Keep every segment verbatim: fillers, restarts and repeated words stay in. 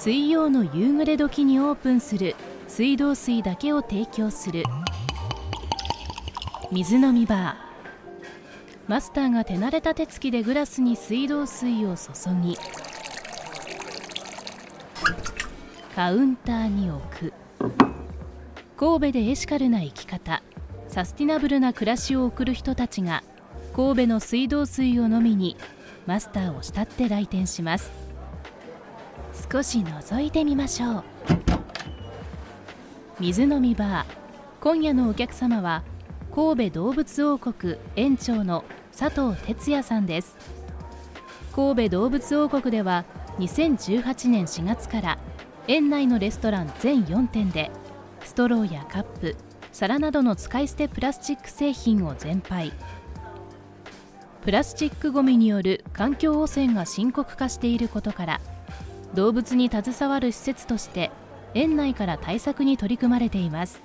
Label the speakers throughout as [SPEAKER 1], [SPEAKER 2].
[SPEAKER 1] 水曜の夕暮れ時にオープンする水道水だけを提供する水飲みバー。マスターが手慣れた手つきでグラスに水道水を注ぎ、カウンターに置く。神戸でエシカルな生き方、サスティナブルな暮らしを送る人たちが神戸の水道水を飲みにマスターを慕って来店します。少し覗いてみましょう。水飲みバー。今夜のお客様は神戸動物王国園長の佐藤哲也さんです。神戸動物王国ではにせんじゅうはちねんしがつから園内のレストラン全よんてんでストローやカップ、皿などの使い捨てプラスチック製品を全廃。プラスチックごみによる環境汚染が深刻化していることから、動物に携わる施設として園内から対策に取り組まれています。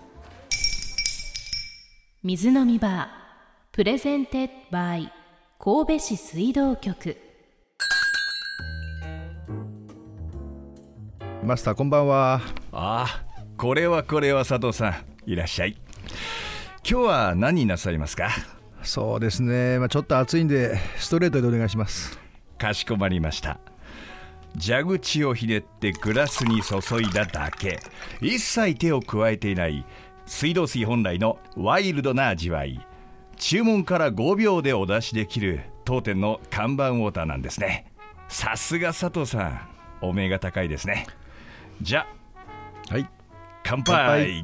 [SPEAKER 1] 水飲みバープレゼンテッドバイ神戸市水道局。
[SPEAKER 2] マスターこんばんは。
[SPEAKER 3] ああ、これはこれは佐藤さん、いらっしゃい。今日は何なさいますか？
[SPEAKER 2] そうですね、まあ、ちょっと暑いんでストレートでお願いします。
[SPEAKER 3] かしこまりました。蛇口をひねってグラスに注いだだけ、一切手を加えていない水道水本来のワイルドな味わい。注文からごびょうでお出しできる当店の看板ウォーターなんですね。さすが佐藤さん、お目が高いですね。じゃ
[SPEAKER 2] はい、
[SPEAKER 3] 乾杯。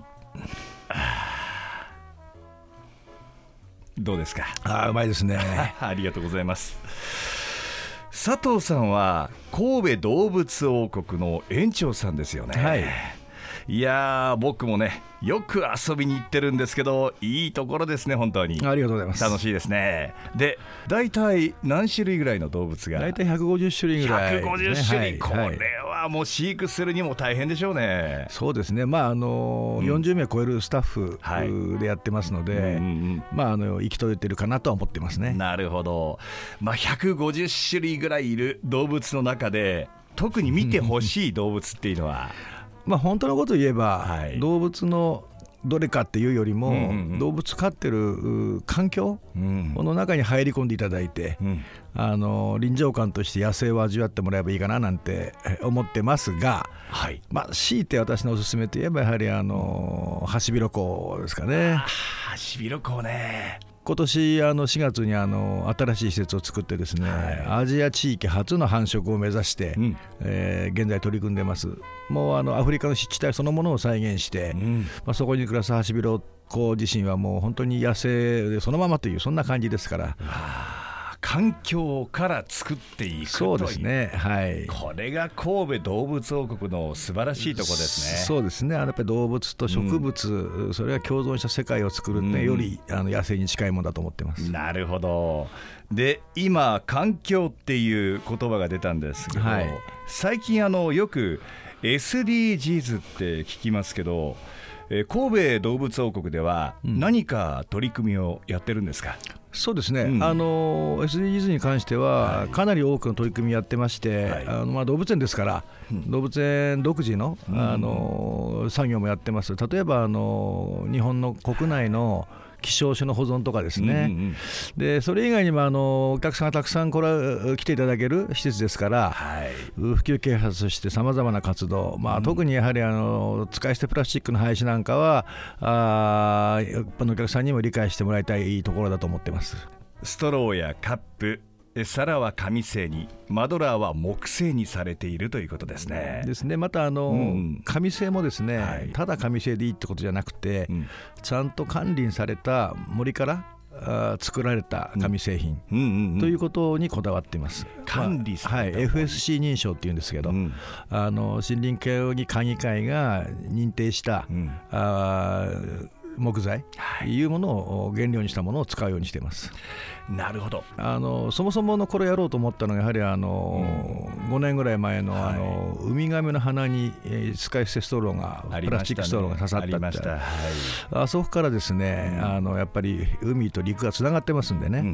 [SPEAKER 3] どうですか？
[SPEAKER 2] あ、うまいですね
[SPEAKER 3] ありがとうございます。佐藤さんは神戸動物王国の園長さんですよね。
[SPEAKER 2] はい。
[SPEAKER 3] いやー、僕もねよく遊びに行ってるんですけど、いいところですね。本当に
[SPEAKER 2] ありがとうございます。
[SPEAKER 3] 楽しいですね。で、大体何種類ぐらいの動物が？
[SPEAKER 2] 大体ひゃくごじゅっしゅるいぐらい、ね、
[SPEAKER 3] ひゃくごじゅっしゅるい、はい、これ
[SPEAKER 2] は
[SPEAKER 3] はもう飼育するにも大変でしょうね。
[SPEAKER 2] そうですね、まああのーうん、よんじゅうめい超えるスタッフでやってますので、はい、うんうん、まあ、あの生きとれてるかなとは思ってますね。
[SPEAKER 3] なるほど、まあ、ひゃくごじゅっしゅるいぐらいいる動物の中で特に見てほしい動物っていうのは
[SPEAKER 2] まあ本当のことを言えば、
[SPEAKER 3] はい、
[SPEAKER 2] 動物のどれかっていうよりも、うんうんうん、動物飼ってる環境、うん、この中に入り込んでいただいて、うん、あの臨場感として野生を味わってもらえばいいかななんて思ってますが、はい、まあ、強いて私のおすすめといえばやはりあのハシビロコウですかね。
[SPEAKER 3] ハシビロコウね。
[SPEAKER 2] 今年あのしがつにあの新しい施設を作ってですね、はい、アジア地域初の繁殖を目指して、うん、えー、現在取り組んでます。もうあのアフリカの湿地帯そのものを再現して、うん、まあ、そこに暮らすハシビロコウ自身はもう本当に野生でそのままというそんな感じですから、
[SPEAKER 3] 環境から作っていくという。
[SPEAKER 2] そうですね、はい、
[SPEAKER 3] これが神戸動物王国の素晴らしいところですね。
[SPEAKER 2] そうですね、あのやっぱり動物と植物、うん、それが共存した世界を作るって、うん、よりあの野生に近いものだと思ってます。
[SPEAKER 3] なるほど。で、今環境っていう言葉が出たんですけど、はい、最近あのよく エスディージーズ って聞きますけど、えー、神戸動物王国では何か取り組みをやってるんですか？
[SPEAKER 2] そうですね、うん、あの エスディージーズ に関してはかなり多くの取り組みやってまして、はい、あのまあ動物園ですから、うん、動物園独自の、うん、あの作業もやってます。例えばあの日本の国内の希少種の保存とかですね、うんうん、でそれ以外にもあのお客さんがたくさんこれ来ていただける施設ですから、はい、普及啓発としてさまざまな活動、まあ、特にやはりあの使い捨てプラスチックの廃止なんかはあ一般のお客さんにも理解してもらいたいところだと思ってます。
[SPEAKER 3] ストローやカップ、皿は紙製に、マドラーは木製にされているということですね。
[SPEAKER 2] ですね。またあの、うん、紙製もですね、はい、ただ紙製でいいってことじゃなくて、うん、ちゃんと管理された森からあ作られた紙製品、うんうんうん、ということにこだわっています。
[SPEAKER 3] 管理された、
[SPEAKER 2] まあ、はい、エフエスシー 認証っていうんですけど、うん、あの森林協議会議会が認定した、うん、あ木材というものを原料にしたものを使うようにしています。
[SPEAKER 3] なるほど。
[SPEAKER 2] あのそもそものこれやろうと思ったのはやはりあの、うん、ごねんぐらい前の、はい、あのウミガメの鼻に、えー、使い捨てストローが、ね、プラスチックストローが刺さったって ありました、はい、あそこからですね、うん、あのやっぱり海と陸がつながってますんでね、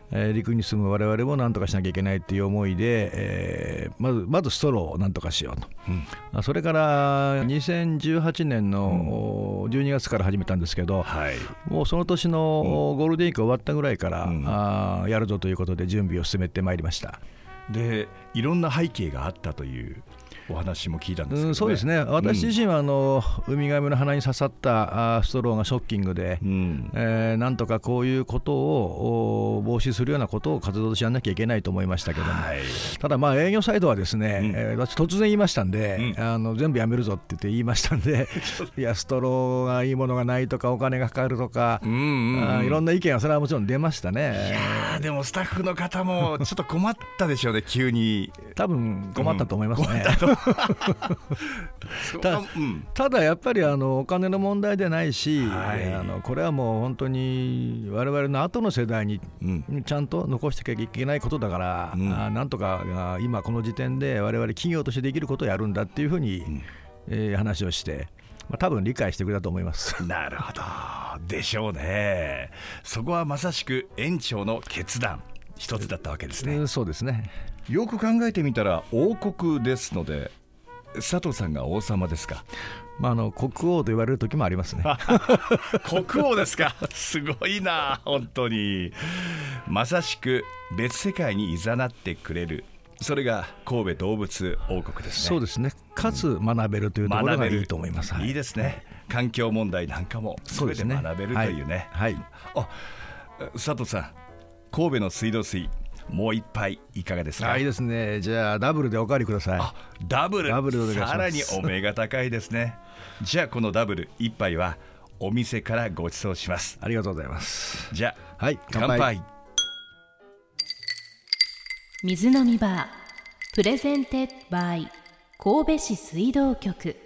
[SPEAKER 2] えー、陸に住む我々も何とかしなきゃいけないという思いで、えー、まずまずストローを何とかしようと、うん、それからにせんじゅうはちねんのじゅうにがつから始めたんですけど、うん、はい、もうその年のゴールデンウィーク終わったぐらいから、うん、あやるぞということで準備を進めてまいりました。
[SPEAKER 3] でいろんな背景があったというお話も聞いたんですけどね。うん、
[SPEAKER 2] そうですね。私自身はあの、うん、ウミガメの鼻に刺さったストローがショッキングで、うん、えー、なんとかこういうことを防止するようなことを活動としてやらなきゃいけないと思いましたけども、はい、ただまあ営業サイドはですね、うん、えー、私突然言いましたんで、うん、あの全部やめるぞって言って言いましたんでいやストローがいいものがないとかお金がかかるとか、うんうんうん、あいろんな意見はそれはもちろん出ましたね。
[SPEAKER 3] いやでもスタッフの方もちょっと困ったでしょうね急に。
[SPEAKER 2] 多分困ったと思いますね、うんた, うん、ただやっぱりあのお金の問題でないし、はい、あのこれはもう本当に我々の後の世代にちゃんと残していかなきゃいけないことだから、うん、あなんとか今この時点で我々企業としてできることをやるんだっていうふうに、うん、えー、話をして、まあ、多分理解してくれたと思います。
[SPEAKER 3] なるほどでしょうね。そこはまさしく園長の決断一つだったわけですね、
[SPEAKER 2] うん、そうですね。
[SPEAKER 3] よく考えてみたら王国ですので佐藤さんが王様ですか。
[SPEAKER 2] まあ、あの国王と言われる時もありますね
[SPEAKER 3] 国王ですか。すごいな本当に。まさしく別世界に誘ってくれる、それが神戸どうぶつ王国ですね。
[SPEAKER 2] そうですね。かつ学べるというところがいいと思います、
[SPEAKER 3] うん、いいですね。環境問題なんかも全て学べるというね。はい、はい、あ佐藤さん、神戸の水道水もう一杯いかがですか。
[SPEAKER 2] あ、いいですね。じゃあダブルでおかわりください。
[SPEAKER 3] あ、ダブル、
[SPEAKER 2] ダブルでお願いします。
[SPEAKER 3] さらにお目が高いですねじゃあこのダブル一杯はお店からご馳走します。
[SPEAKER 2] ありがとうございます。
[SPEAKER 3] じゃあ、
[SPEAKER 2] はい、乾杯。
[SPEAKER 3] 乾杯。
[SPEAKER 1] 水飲みバープレゼンテッドバイ神戸市水道局。